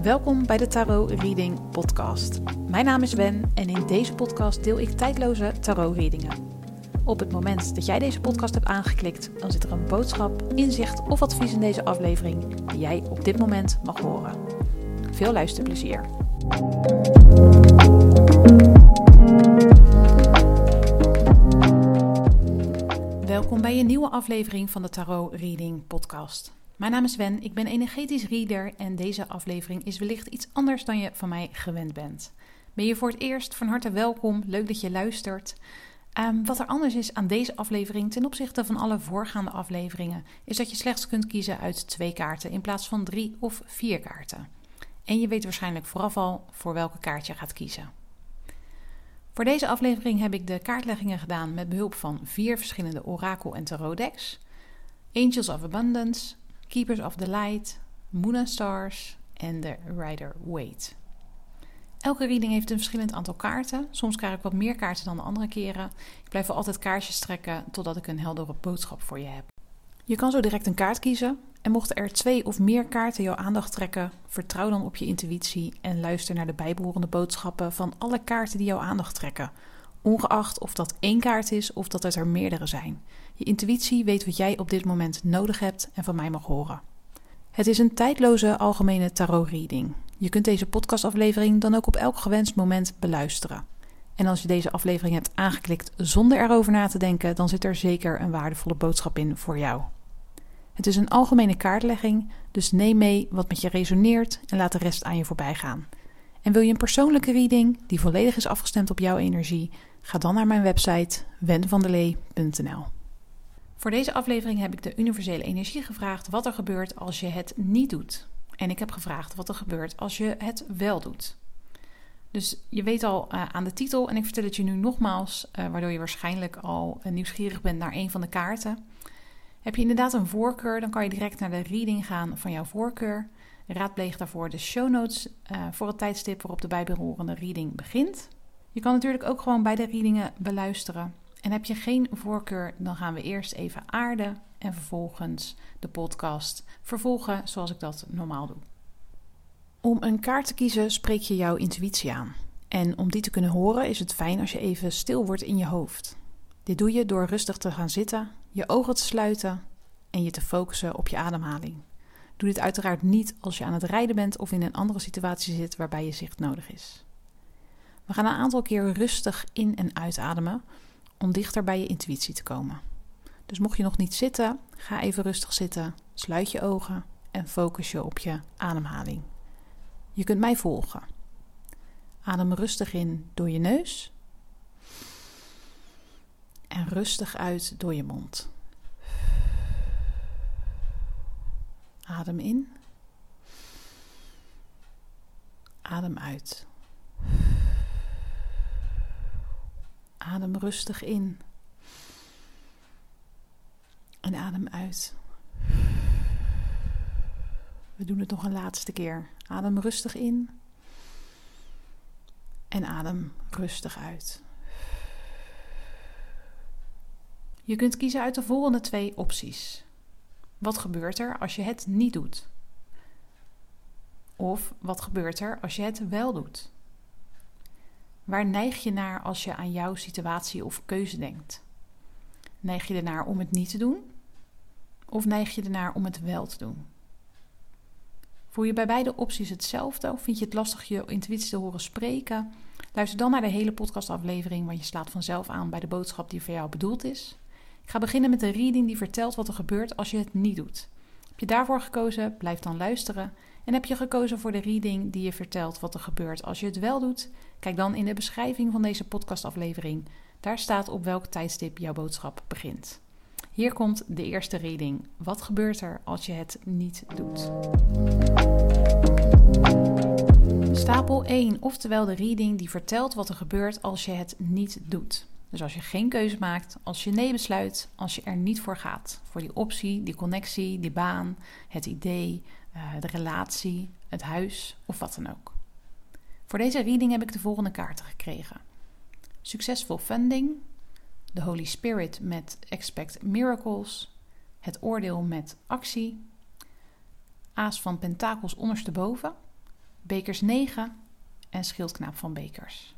Welkom bij de Tarot Reading Podcast. Mijn naam is Wen en in deze podcast deel ik tijdloze tarot readingen. Op het moment dat jij deze podcast hebt aangeklikt, dan zit er een boodschap, inzicht of advies in deze aflevering die jij op dit moment mag horen. Veel luisterplezier. Welkom bij een nieuwe aflevering van de Tarot Reading Podcast. Mijn naam is Wen, ik ben energetisch reader en deze aflevering is wellicht iets anders dan je van mij gewend bent. Ben je voor het eerst van harte welkom, leuk dat je luistert. Wat er anders is aan deze aflevering ten opzichte van alle voorgaande afleveringen, is dat je slechts kunt kiezen uit 2 kaarten in plaats van 3 of 4 kaarten. En je weet waarschijnlijk vooraf al voor welke kaart je gaat kiezen. Voor deze aflevering heb ik de kaartleggingen gedaan met behulp van 4 verschillende orakel- en tarotdecks. Angels of Abundance, Keepers of the Light, Moon and Stars en de Rider-Waite. Elke reading heeft een verschillend aantal kaarten. Soms krijg ik wat meer kaarten dan de andere keren. Ik blijf wel altijd kaartjes trekken totdat ik een heldere boodschap voor je heb. Je kan zo direct een kaart kiezen. En mochten er 2 of meer kaarten jouw aandacht trekken, vertrouw dan op je intuïtie en luister naar de bijbehorende boodschappen van alle kaarten die jouw aandacht trekken. Ongeacht of dat 1 kaart is of dat het er meerdere zijn. Je intuïtie weet wat jij op dit moment nodig hebt en van mij mag horen. Het is een tijdloze algemene tarot reading. Je kunt deze podcastaflevering dan ook op elk gewenst moment beluisteren. En als je deze aflevering hebt aangeklikt zonder erover na te denken, dan zit er zeker een waardevolle boodschap in voor jou. Het is een algemene kaartlegging, dus neem mee wat met je resoneert en laat de rest aan je voorbij gaan. En wil je een persoonlijke reading die volledig is afgestemd op jouw energie, ga dan naar mijn website wenvandelee.nl. Voor deze aflevering heb ik de universele energie gevraagd wat er gebeurt als je het niet doet. En ik heb gevraagd wat er gebeurt als je het wel doet. Dus je weet al aan de titel en ik vertel het je nu nogmaals, waardoor je waarschijnlijk al nieuwsgierig bent naar een van de kaarten. Heb je inderdaad een voorkeur, dan kan je direct naar de reading gaan van jouw voorkeur. Raadpleeg daarvoor de show notes voor het tijdstip waarop de bijbehorende reading begint. Je kan natuurlijk ook gewoon beide readingen beluisteren. En heb je geen voorkeur, dan gaan we eerst even aarden en vervolgens de podcast vervolgen zoals ik dat normaal doe. Om een kaart te kiezen spreek je jouw intuïtie aan. En om die te kunnen horen is het fijn als je even stil wordt in je hoofd. Dit doe je door rustig te gaan zitten, je ogen te sluiten en je te focussen op je ademhaling. Doe dit uiteraard niet als je aan het rijden bent of in een andere situatie zit waarbij je zicht nodig is. We gaan een aantal keer rustig in- en uitademen om dichter bij je intuïtie te komen. Dus mocht je nog niet zitten, ga even rustig zitten, sluit je ogen en focus je op je ademhaling. Je kunt mij volgen. Adem rustig in door je neus en rustig uit door je mond. Adem in. Adem uit. Adem rustig in. En adem uit. We doen het nog een laatste keer. Adem rustig in. En adem rustig uit. Je kunt kiezen uit de volgende 2 opties. Wat gebeurt er als je het niet doet? Of wat gebeurt er als je het wel doet? Waar neig je naar als je aan jouw situatie of keuze denkt? Neig je ernaar om het niet te doen? Of neig je ernaar om het wel te doen? Voel je bij beide opties hetzelfde of vind je het lastig je intuïtie te horen spreken? Luister dan naar de hele podcastaflevering, want je slaat vanzelf aan bij de boodschap die voor jou bedoeld is. Ik ga beginnen met een reading die vertelt wat er gebeurt als je het niet doet. Heb je daarvoor gekozen? Blijf dan luisteren. En heb je gekozen voor de reading die je vertelt wat er gebeurt als je het wel doet? Kijk dan in de beschrijving van deze podcastaflevering. Daar staat op welk tijdstip jouw boodschap begint. Hier komt de eerste reading. Wat gebeurt er als je het niet doet? Stapel 1, oftewel de reading die vertelt wat er gebeurt als je het niet doet. Dus als je geen keuze maakt, als je nee besluit, als je er niet voor gaat. Voor die optie, die connectie, die baan, het idee, de relatie, het huis of wat dan ook. Voor deze reading heb ik de volgende kaarten gekregen. Successful Funding, de Holy Spirit met Expect Miracles, het oordeel met actie, Aas van Pentakels ondersteboven, Bekers 9 en schildknaap van bekers.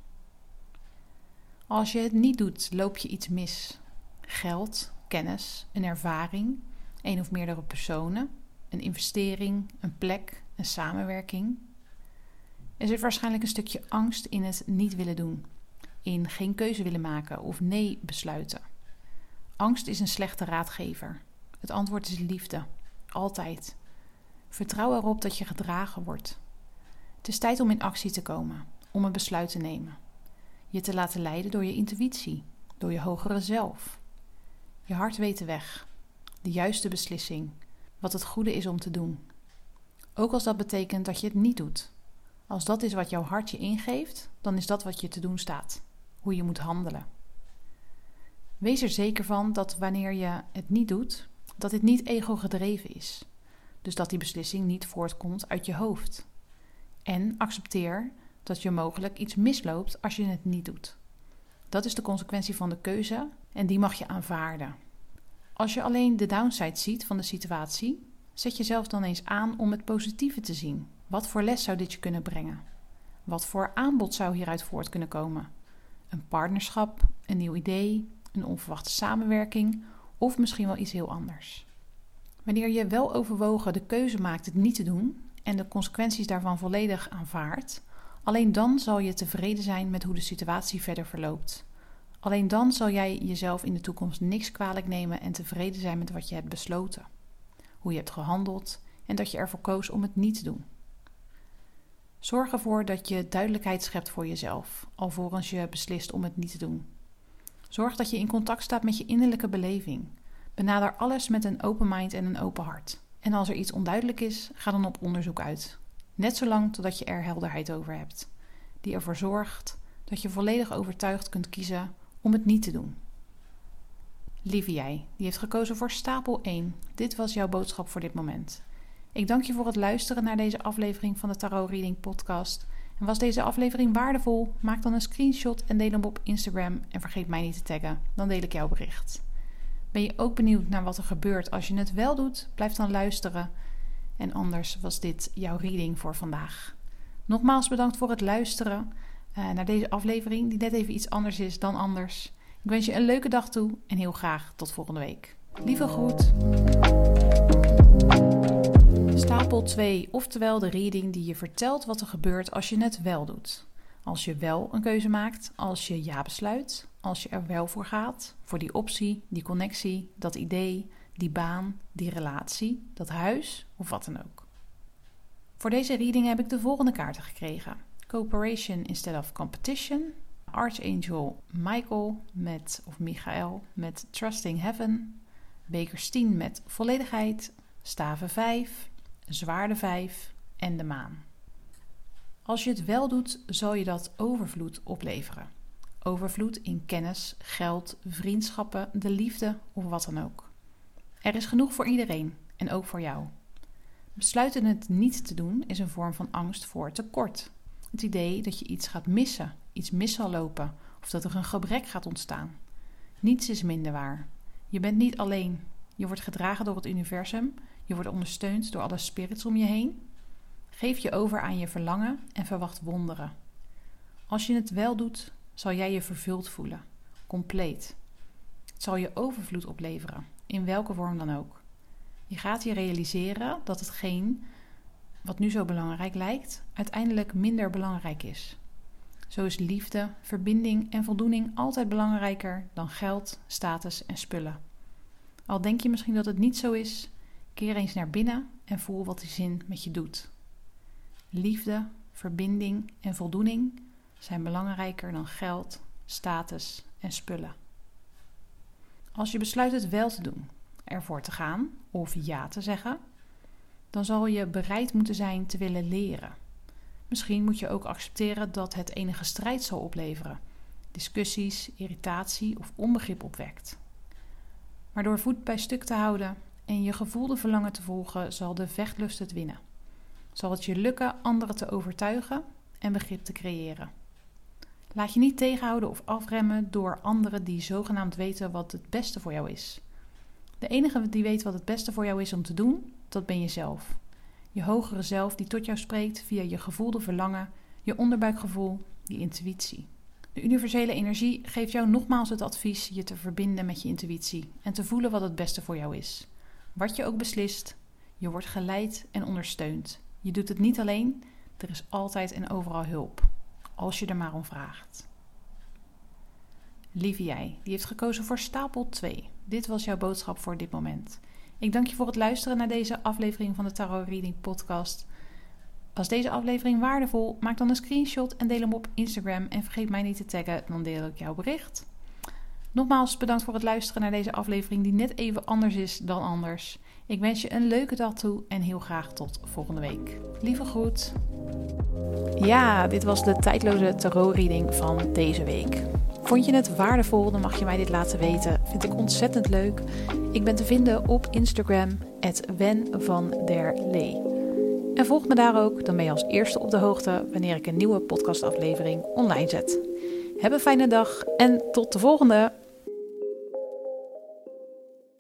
Als je het niet doet, loop je iets mis. Geld, kennis, een ervaring, één of meerdere personen, een investering, een plek, een samenwerking. Er zit waarschijnlijk een stukje angst in het niet willen doen, in geen keuze willen maken of nee besluiten. Angst is een slechte raadgever. Het antwoord is liefde, altijd. Vertrouw erop dat je gedragen wordt. Het is tijd om in actie te komen, om een besluit te nemen. Je te laten leiden door je intuïtie, door je hogere zelf. Je hart weet de weg, de juiste beslissing, wat het goede is om te doen. Ook als dat betekent dat je het niet doet. Als dat is wat jouw hart je ingeeft, dan is dat wat je te doen staat, hoe je moet handelen. Wees er zeker van dat wanneer je het niet doet, dat dit niet ego-gedreven is. Dus dat die beslissing niet voortkomt uit je hoofd. En accepteer dat je mogelijk iets misloopt als je het niet doet. Dat is de consequentie van de keuze en die mag je aanvaarden. Als je alleen de downside ziet van de situatie, zet jezelf dan eens aan om het positieve te zien. Wat voor les zou dit je kunnen brengen? Wat voor aanbod zou hieruit voort kunnen komen? Een partnerschap, een nieuw idee, een onverwachte samenwerking of misschien wel iets heel anders. Wanneer je wel overwogen de keuze maakt het niet te doen en de consequenties daarvan volledig aanvaardt, alleen dan zal je tevreden zijn met hoe de situatie verder verloopt. Alleen dan zal jij jezelf in de toekomst niks kwalijk nemen en tevreden zijn met wat je hebt besloten. Hoe je hebt gehandeld en dat je ervoor koos om het niet te doen. Zorg ervoor dat je duidelijkheid schept voor jezelf, alvorens je beslist om het niet te doen. Zorg dat je in contact staat met je innerlijke beleving. Benader alles met een open mind en een open hart. En als er iets onduidelijk is, ga dan op onderzoek uit. Net zolang totdat je er helderheid over hebt. Die ervoor zorgt dat je volledig overtuigd kunt kiezen om het niet te doen. Lieve jij, die heeft gekozen voor stapel 1. Dit was jouw boodschap voor dit moment. Ik dank je voor het luisteren naar deze aflevering van de Tarot Reading Podcast. En was deze aflevering waardevol? Maak dan een screenshot en deel hem op Instagram. En vergeet mij niet te taggen, dan deel ik jouw bericht. Ben je ook benieuwd naar wat er gebeurt als je het wel doet? Blijf dan luisteren. En anders was dit jouw reading voor vandaag. Nogmaals bedankt voor het luisteren naar deze aflevering, die net even iets anders is dan anders. Ik wens je een leuke dag toe en heel graag tot volgende week. Lieve groet. Stapel 2, oftewel de reading die je vertelt wat er gebeurt als je het wel doet. Als je wel een keuze maakt, als je ja besluit, als je er wel voor gaat, voor die optie, die connectie, dat idee, die baan, die relatie, dat huis of wat dan ook. Voor deze reading heb ik de volgende kaarten gekregen. Cooperation instead of competition, Archangel Michael Michael met Trusting Heaven, Bekers 10 met volledigheid, staven 5, zwaarden 5 en de maan. Als je het wel doet, zal je dat overvloed opleveren. Overvloed in kennis, geld, vriendschappen, de liefde of wat dan ook. Er is genoeg voor iedereen en ook voor jou. Besluiten het niet te doen is een vorm van angst voor tekort. Het idee dat je iets gaat missen, iets mis zal lopen of dat er een gebrek gaat ontstaan. Niets is minder waar. Je bent niet alleen. Je wordt gedragen door het universum. Je wordt ondersteund door alle spirits om je heen. Geef je over aan je verlangen en verwacht wonderen. Als je het wel doet, zal jij je vervuld voelen. Compleet. Het zal je overvloed opleveren, in welke vorm dan ook. Je gaat je realiseren dat hetgeen wat nu zo belangrijk lijkt, uiteindelijk minder belangrijk is. Zo is liefde, verbinding en voldoening altijd belangrijker dan geld, status en spullen. Al denk je misschien dat het niet zo is, keer eens naar binnen en voel wat die zin met je doet. Liefde, verbinding en voldoening zijn belangrijker dan geld, status en spullen. Als je besluit het wel te doen, ervoor te gaan of ja te zeggen, dan zal je bereid moeten zijn te willen leren. Misschien moet je ook accepteren dat het enige strijd zal opleveren, discussies, irritatie of onbegrip opwekt. Maar door voet bij stuk te houden en je gevoelde verlangen te volgen, zal de vechtlust het winnen. Zal het je lukken anderen te overtuigen en begrip te creëren. Laat je niet tegenhouden of afremmen door anderen die zogenaamd weten wat het beste voor jou is. De enige die weet wat het beste voor jou is om te doen, dat ben je zelf. Je hogere zelf die tot jou spreekt via je gevoelde verlangen, je onderbuikgevoel, je intuïtie. De universele energie geeft jou nogmaals het advies je te verbinden met je intuïtie en te voelen wat het beste voor jou is. Wat je ook beslist, je wordt geleid en ondersteund. Je doet het niet alleen, er is altijd en overal hulp, als je er maar om vraagt. Lieve jij, die heeft gekozen voor stapel 2. Dit was jouw boodschap voor dit moment. Ik dank je voor het luisteren naar deze aflevering van de Tarot Reading Podcast. Was deze aflevering waardevol? Maak dan een screenshot en deel hem op Instagram. En vergeet mij niet te taggen, dan deel ik jouw bericht. Nogmaals bedankt voor het luisteren naar deze aflevering die net even anders is dan anders. Ik wens je een leuke dag toe en heel graag tot volgende week. Lieve groet. Ja, dit was de tijdloze tarot reading van deze week. Vond je het waardevol, dan mag je mij dit laten weten. Vind ik ontzettend leuk. Ik ben te vinden op Instagram @wenvanderlee. En volg me daar ook, dan ben je als eerste op de hoogte wanneer ik een nieuwe podcastaflevering online zet. Heb een fijne dag en tot de volgende!